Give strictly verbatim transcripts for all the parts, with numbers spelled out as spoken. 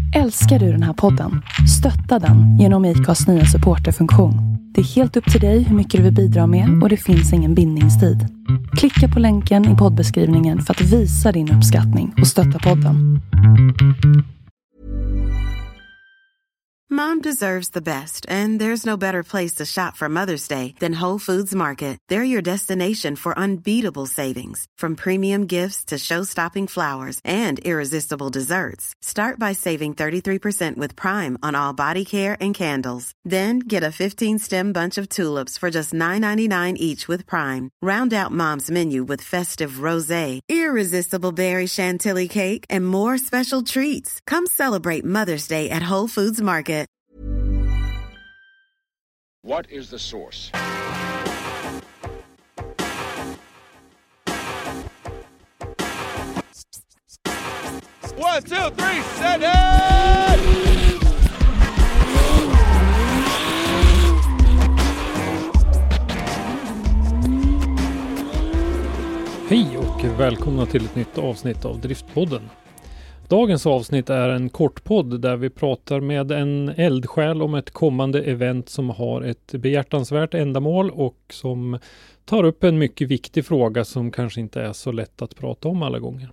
Älskar du den här podden? Stötta den genom I C A:s nya supporterfunktion. Det är helt upp till dig hur mycket du vill bidra med och det finns ingen bindningstid. Klicka på länken i poddbeskrivningen för att visa din uppskattning och stötta podden. Mom deserves the best, and there's no better place to shop for Mother's Day than Whole Foods Market. They're your destination for unbeatable savings, from premium gifts to show-stopping flowers and irresistible desserts. Start by saving thirty-three percent with Prime on all body care and candles. Then get a fifteen-stem bunch of tulips for just nine ninety-nine each with Prime. Round out Mom's menu with festive rosé, irresistible berry chantilly cake, and more special treats. Come celebrate Mother's Day at Whole Foods Market. What is the source? One, two, three, set it! Hej och välkomna till ett nytt avsnitt av Driftpodden. Dagens avsnitt är en kortpodd där vi pratar med en eldsjäl om ett kommande event som har ett behjärtansvärt ändamål och som tar upp en mycket viktig fråga som kanske inte är så lätt att prata om alla gånger.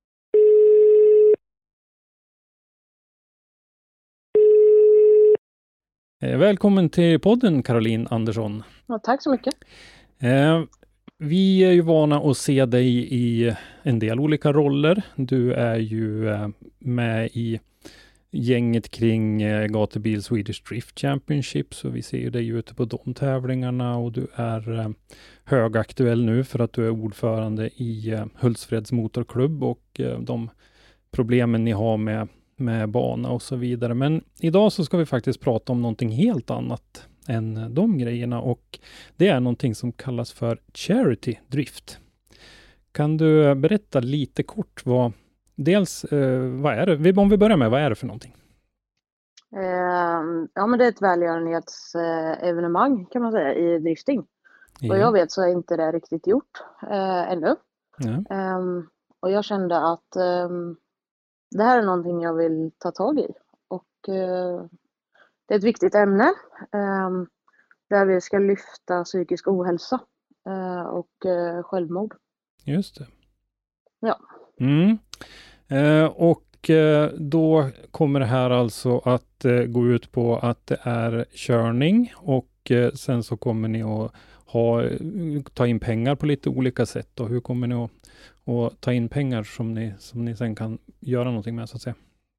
Välkommen till podden, Caroline Andersson. Ja, tack så mycket. Eh, Vi är ju vana att se dig i en del olika roller. Du är ju med i gänget kring Gatubil Swedish Drift Championship, så vi ser ju dig ute på de tävlingarna, och du är högaktuell nu för att du är ordförande i Hultsfreds motorklubb och de problemen ni har med, med bana och så vidare. Men idag så ska vi faktiskt prata om någonting helt annat än de grejerna, och det är någonting som kallas för charity drift. Kan du berätta lite kort vad dels eh, vad är det? Om vi börjar med, vad är det för någonting? Eh, ja, men det är ett välgörenhetsevenemang kan man säga i drifting. Ja. Och jag vet så är inte det riktigt gjort eh, ännu. Ja. Eh, och jag kände att eh, det här är någonting jag vill ta tag i. Och eh, det är ett viktigt ämne eh, där vi ska lyfta psykisk ohälsa eh, och eh, självmord. Just det. Ja. Mm. Eh, och eh, då kommer det här alltså att eh, gå ut på att det är körning, och eh, sen så kommer ni att ha, ta in pengar på lite olika sätt. Och hur kommer ni att, att ta in pengar som ni, som ni sen kan göra någonting med, så att säga?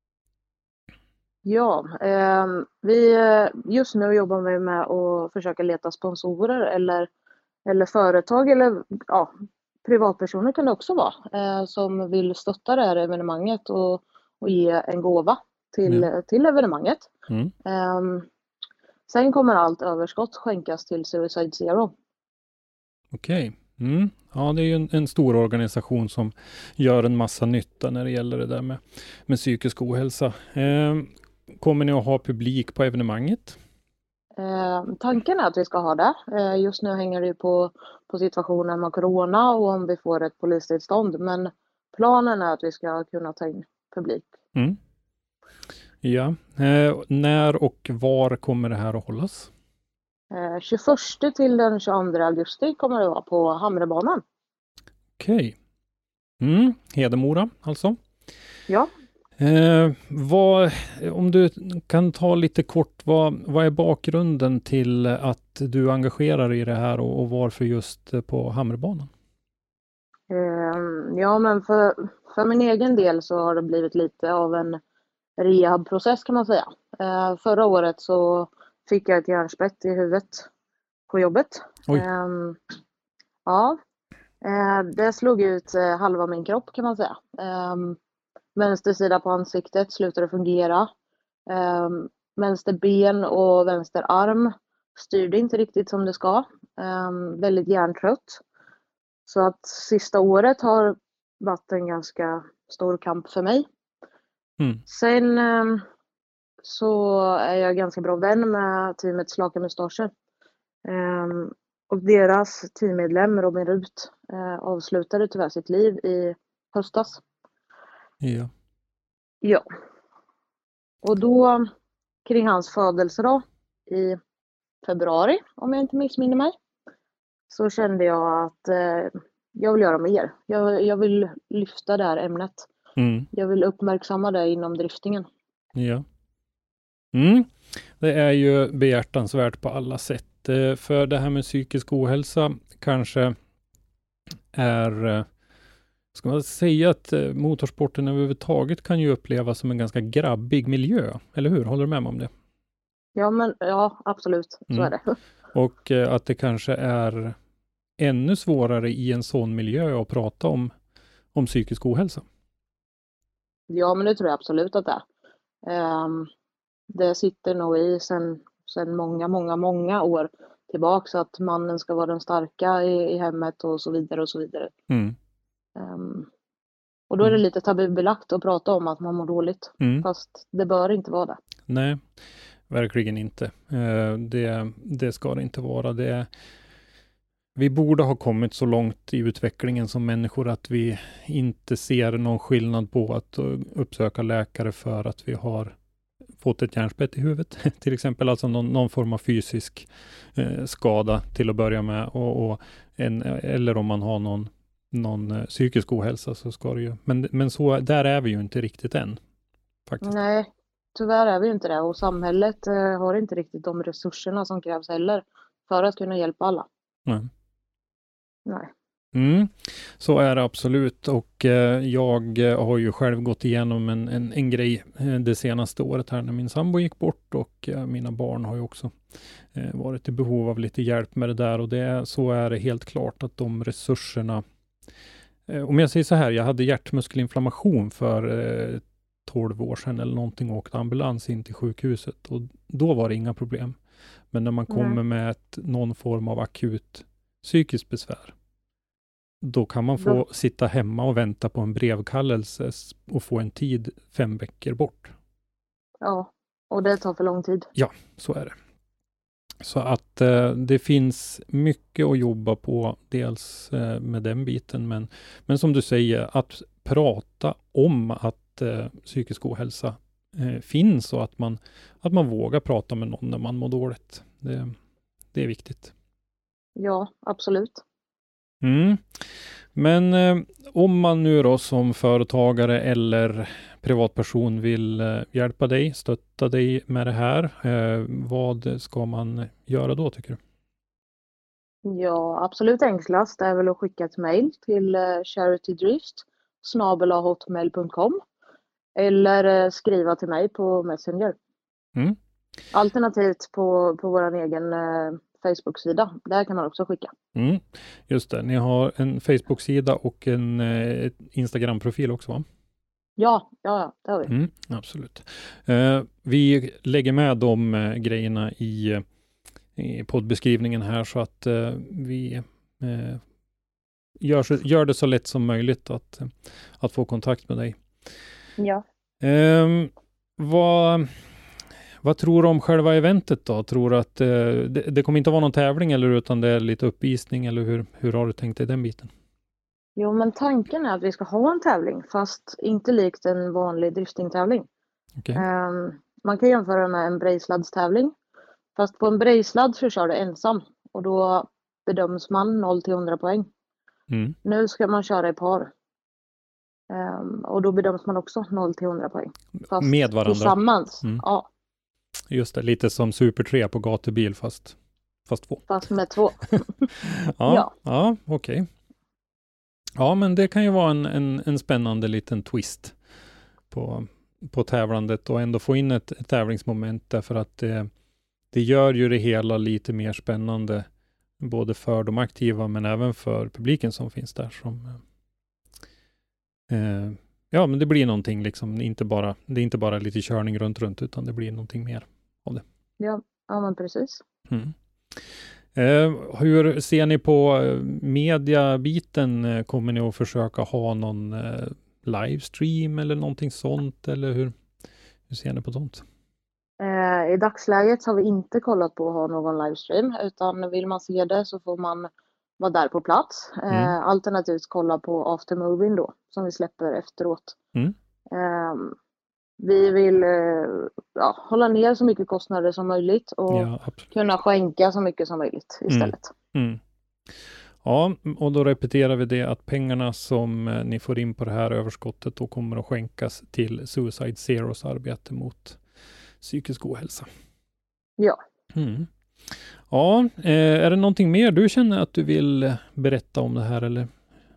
Ja, eh, vi just nu jobbar vi med att försöka leta sponsorer eller, eller företag eller ja, privatpersoner kan det också vara eh, som vill stötta det här evenemanget och, och ge en gåva till, Mm. till evenemanget. Mm. Eh, sen kommer allt överskott skänkas till Suicide Zero. Okej. Mm. Ja, det är ju en, en stor organisation som gör en massa nytta när det gäller det där med, med psykisk ohälsa. Eh, kommer ni att ha publik på evenemanget? Eh, tanken är att vi ska ha det. Eh, just nu hänger det ju på, på situationen med corona och om vi får ett polistillstånd. Men planen är att vi ska kunna ta in publik. Mm. Ja. Eh, när och var kommer det här att hållas? Eh, tjugoförsta till den tjugoandra augusti kommer det vara på Hamrebanan. Okej. Mm. Hedemora alltså. Ja. Eh, vad, om du kan ta lite kort, vad, vad är bakgrunden till att du engagerar dig i det här och, och varför just på Hamrebanan? Eh, ja, men för, för min egen del så har det blivit lite av en rehabprocess kan man säga. Eh, förra året så fick jag ett hjärnspett i huvudet på jobbet. Oj. Eh, ja, eh, det slog ut eh, halva min kropp kan man säga. Eh, vänster sida på ansiktet slutade fungera. Eh, vänster ben och vänster arm styrde inte riktigt som det ska. Eh, väldigt hjärntrött. Så att sista året har varit en ganska stor kamp för mig. Mm. Sen eh, så är jag ganska bra vän med teamet Slaka Mustascher. Eh, och deras teammedlem Robin Rut eh, avslutade tyvärr sitt liv i höstas. Ja. Ja. Och då kring hans födelse då i februari, om jag inte missminner mig, så kände jag att eh, jag vill göra mer. Jag, jag vill lyfta det här ämnet. Mm. Jag vill uppmärksamma det inom driftingen. Ja. Mm. Det är ju behjärtansvärt på alla sätt. Eh, för det här med psykisk ohälsa kanske är, eh, ska man säga att eh, motorsporten överhuvudtaget kan ju upplevas som en ganska grabbig miljö. Eller hur? Håller du med mig om det? Ja, men ja, absolut. Så Mm. är det. Och eh, att det kanske är ännu svårare i en sån miljö att prata om, om psykisk ohälsa. Ja, men det tror jag absolut att det är. Um, det sitter nog i sen, sen många, många, många år tillbaks att mannen ska vara den starka i, i hemmet och så vidare och så vidare. Mm. Um, och då är det Mm. lite tabubelagt att prata om att man mår dåligt. Mm. Fast det bör inte vara det. Nej, verkligen inte. Eh, det, det ska det inte vara. Det, vi borde ha kommit så långt i utvecklingen som människor att vi inte ser någon skillnad på att uh, uppsöka läkare för att vi har fått ett hjärnspett i huvudet. Till exempel alltså någon, någon form av fysisk eh, skada till att börja med. Och, och en, eller om man har någon, någon uh, psykisk ohälsa så ska det ju. Men, men så, där är vi ju inte riktigt än. Faktiskt. Nej, tyvärr är vi inte det. Och samhället eh, har inte riktigt de resurserna som krävs heller för att kunna hjälpa alla. Nej. Nej. Mm, så är det absolut, och eh, jag har ju själv gått igenom en, en, en grej eh, det senaste året här när min sambo gick bort, och eh, mina barn har ju också eh, varit i behov av lite hjälp med det där, och det, så är det helt klart att de resurserna, eh, om jag säger så här, jag hade hjärtmuskelinflammation för eh, tolv år sedan eller någonting och åkte ambulans in till sjukhuset, och då var det inga problem. Men när man kommer Nej. med ett, någon form av akut psykiskt besvär, då kan man få Då- sitta hemma och vänta på en brevkallelse och få en tid fem veckor bort. Ja, och det tar för lång tid. Så är det. Så att eh, det finns mycket att jobba på, dels eh, med den biten, men, men som du säger, att prata om att eh, psykisk ohälsa eh, finns, och att man, att man vågar prata med någon när man mår dåligt. Det, det är viktigt. Ja, absolut. Mm. Men eh, om man nu då som företagare eller privatperson vill eh, hjälpa dig, stötta dig med det här, eh, vad ska man göra då, tycker du? Ja, absolut enklast är väl att skicka ett mejl till eh, charitydrift snabel-a hotmail punkt com eller eh, skriva till mig på Messenger. Mm. Alternativt på, på vår egen eh, Facebook-sida. Där kan man också skicka. Mm. Just det, ni har en Facebook-sida och en eh, Instagram-profil också, va? Ja, ja, ja, det har vi. Mm, absolut. Eh, vi lägger med de eh, grejerna i, i poddbeskrivningen här, så att eh, vi eh, gör, så, gör det så lätt som möjligt att, att få kontakt med dig. Ja. Eh, vad, vad tror du om själva eventet då? Tror du att eh, det, det kommer inte vara någon tävling, eller utan det är lite uppvisning, eller hur, hur har du tänkt dig den biten? Jo, men tanken är att vi ska ha en tävling, fast inte likt en vanlig driftingtävling. Okej. Ehm, man kan jämföra med en brejsladstävling. Fast på en brejsladd så kör du ensam och då bedöms man noll till hundra poäng. Mm. Nu ska man köra i par. Ehm, och då bedöms man också noll till hundra poäng. Fast Med varandra. tillsammans. Mm. Ja, Just det, lite som Super tre på gatubil, fast, fast två. fast med två. Ja, ja. Ja. okej. Ja, men det kan ju vara en, en, en spännande liten twist på, på tävlandet, och ändå få in ett, ett tävlingsmoment, därför att det, det gör ju det hela lite mer spännande, både för de aktiva men även för publiken som finns där. Som, eh, ja, men det blir någonting liksom, inte bara, det är inte bara lite körning runt runt, utan det blir någonting mer. Ja, ja men precis. Mm. Eh, hur ser ni på eh, mediabiten? Eh, Kommer ni att försöka ha någon eh, livestream eller någonting sånt? Eller hur, hur ser ni på sånt? Eh, I dagsläget har vi inte kollat på att ha någon livestream, utan vill man se det så får man vara där på plats. Eh, Mm. Alternativt kolla på aftermovien då, som vi släpper efteråt. Mm. Eh, vi vill ja, hålla ner så mycket kostnader som möjligt och Ja, absolut. kunna skänka så mycket som möjligt istället. Mm. Mm. Ja, och då repeterar vi det att pengarna som eh, ni får in på det här överskottet då kommer att skänkas till Suicide Zeros arbete mot psykisk ohälsa. Ja. Mm. Ja, eh, är det någonting mer du känner att du vill berätta om det här eller?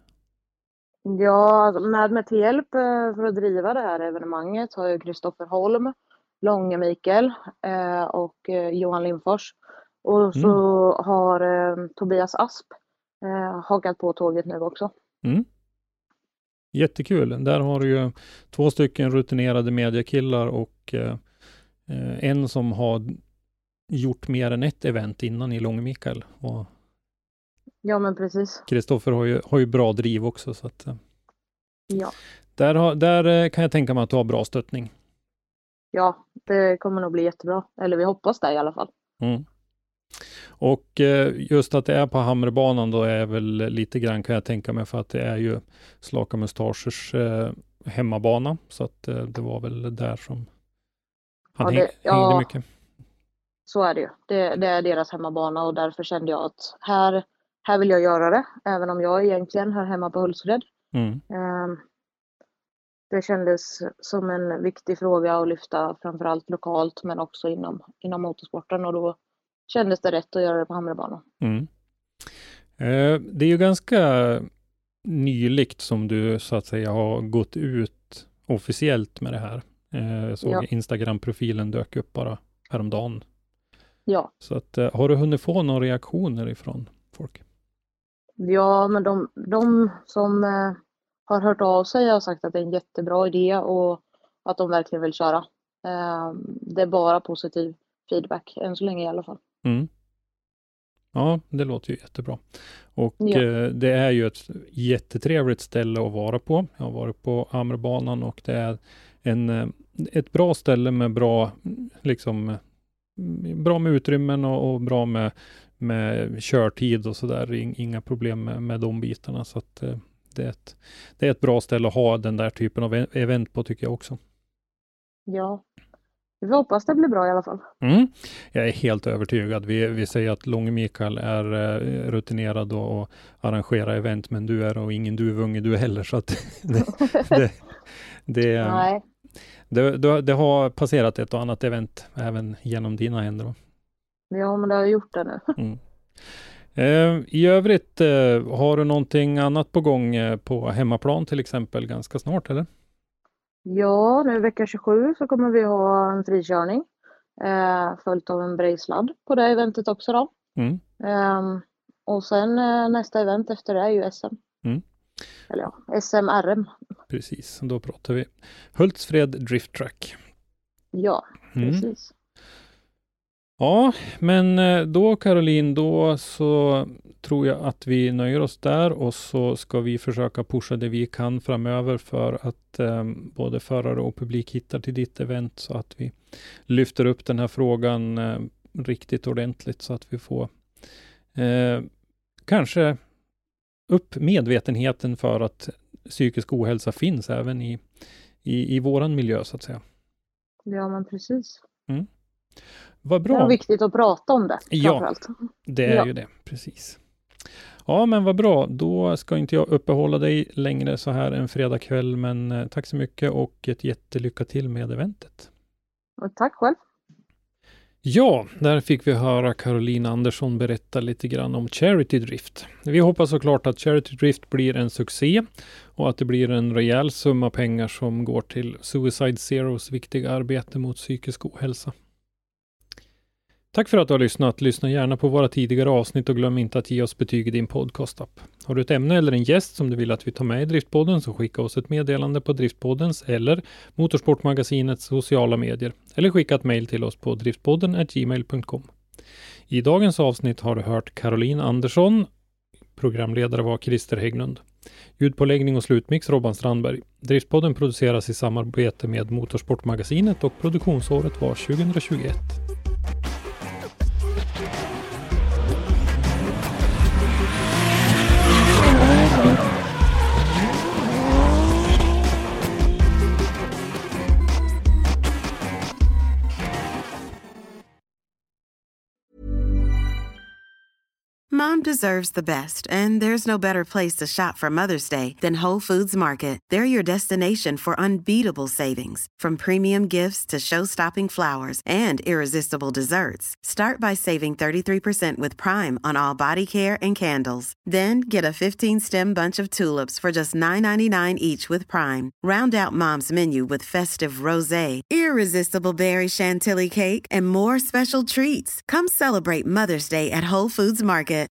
Ja, med, med till hjälp för att driva det här evenemanget har ju Kristoffer Holm, Långe Mikael eh, och eh, Johan Lindfors. Och så mm. har eh, Tobias Asp eh, hakat på tåget nu också. Mm. Jättekul. Där har du ju två stycken rutinerade mediekillar och eh, en som har gjort mer än ett event innan i Långe Mikael. Och ja, men precis. Kristoffer har ju, har ju bra driv också. Så att, ja. Där, har, där kan jag tänka mig att du har bra stöttning. Ja, det kommer nog bli jättebra. Eller vi hoppas det i alla fall. Mm. Och just att det är på Hamrebanan då är väl lite grann kan jag tänka mig för att det är ju Slaka Mustachers eh, hemmabana. Så att eh, det var väl där som han ja, det, häng, hängde ja, mycket. Så är det ju. Det, det är deras hemmabana och därför kände jag att här, här vill jag göra det. Även om jag egentligen hör hemma på Hultsfred. Mm. Eh, det kändes som en viktig fråga att lyfta framförallt lokalt men också inom, inom motorsporten och då kändes det rätt att göra det på Hamrebanan. Mm. Eh, det är ju ganska nyligt som du så att säga har gått ut officiellt med det här. Eh, såg ja. Instagram-profilen dök upp bara häromdagen. Ja. Så att, eh, har du hunnit få några reaktioner ifrån folk? Ja, men de, de som eh, har hört av sig har sagt att det är en jättebra idé och att de verkligen vill köra. Eh, det är bara positiv feedback, än så länge i alla fall. Mm. Ja, det låter ju jättebra. Och ja. eh, det är ju ett jättetrevligt ställe att vara på. Jag har varit på Hamrebanan och det är en, eh, ett bra ställe med bra, liksom, bra med utrymmen och, och bra med, med körtid och sådär. Inga problem med, med de bitarna. Så att eh, det, är ett, det är ett bra ställe att ha den där typen av event på tycker jag också. Ja. Vi hoppas det blir bra i alla fall. Mm. Jag är helt övertygad. Vi, vi säger att Långe Mikael är uh, rutinerad och, och arrangerar event, men du är och ingen duvunge du heller. Så att det, det, det, Nej. Det, det, det har passerat ett och annat event även genom dina händer. Va? Ja, men det har gjort det nu. Mm. Uh, I övrigt, uh, har du någonting annat på gång uh, på hemmaplan till exempel ganska snart, eller? Ja, nu vecka tjugosju så kommer vi ha en frikörning eh, följt av en brejsladd på det eventet också då. Mm. Eh, och sen eh, nästa event efter det är ju S M. Mm. Eller ja, S M R M. Precis, då pratar vi Hultsfred Drift Track. Ja, precis. Mm. Ja, men då Caroline, då så tror jag att vi nöjer oss där och så ska vi försöka pusha det vi kan framöver för att eh, både förare och publik hittar till ditt event så att vi lyfter upp den här frågan eh, riktigt ordentligt så att vi får eh, kanske upp medvetenheten för att psykisk ohälsa finns även i, i, i våran miljö så att säga. Ja, men precis. Mm. Vad bra. Det är viktigt att prata om det. Ja, det är ja. ju det. Precis. Ja, men vad bra. Då ska inte jag uppehålla dig längre så här en fredagkväll. Men eh, tack så mycket och ett jättelycka till med eventet. Och tack själv. Ja, där fick vi höra Caroline Andersson berätta lite grann om Charity Drift. Vi hoppas såklart att Charity Drift blir en succé och att det blir en rejäl summa pengar som går till Suicide Zeros viktiga arbete mot psykisk ohälsa. Tack för att du har lyssnat. Lyssna gärna på våra tidigare avsnitt och glöm inte att ge oss betyg i din podcastapp. Har du ett ämne eller en gäst som du vill att vi tar med i Driftpodden så skicka oss ett meddelande på Driftpoddens eller Motorsportmagasinets sociala medier eller skicka ett mejl till oss på driftpodden at gmail punkt com. I dagens avsnitt har du hört Caroline Andersson. Programledare var Christer Hägglund. Ljudpåläggning och slutmix Robban Strandberg. Driftpodden produceras i samarbete med Motorsportmagasinet och produktionsåret var tjugohundratjugoett. Mom deserves the best, and there's no better place to shop for Mother's Day than Whole Foods Market. They're your destination for unbeatable savings, from premium gifts to show-stopping flowers and irresistible desserts. Start by saving thirty-three percent with Prime on all body care and candles. Then get a fifteen-stem bunch of tulips for just nine ninety-nine each with Prime. Round out Mom's menu with festive rosé, irresistible berry chantilly cake, and more special treats. Come celebrate Mother's Day at Whole Foods Market.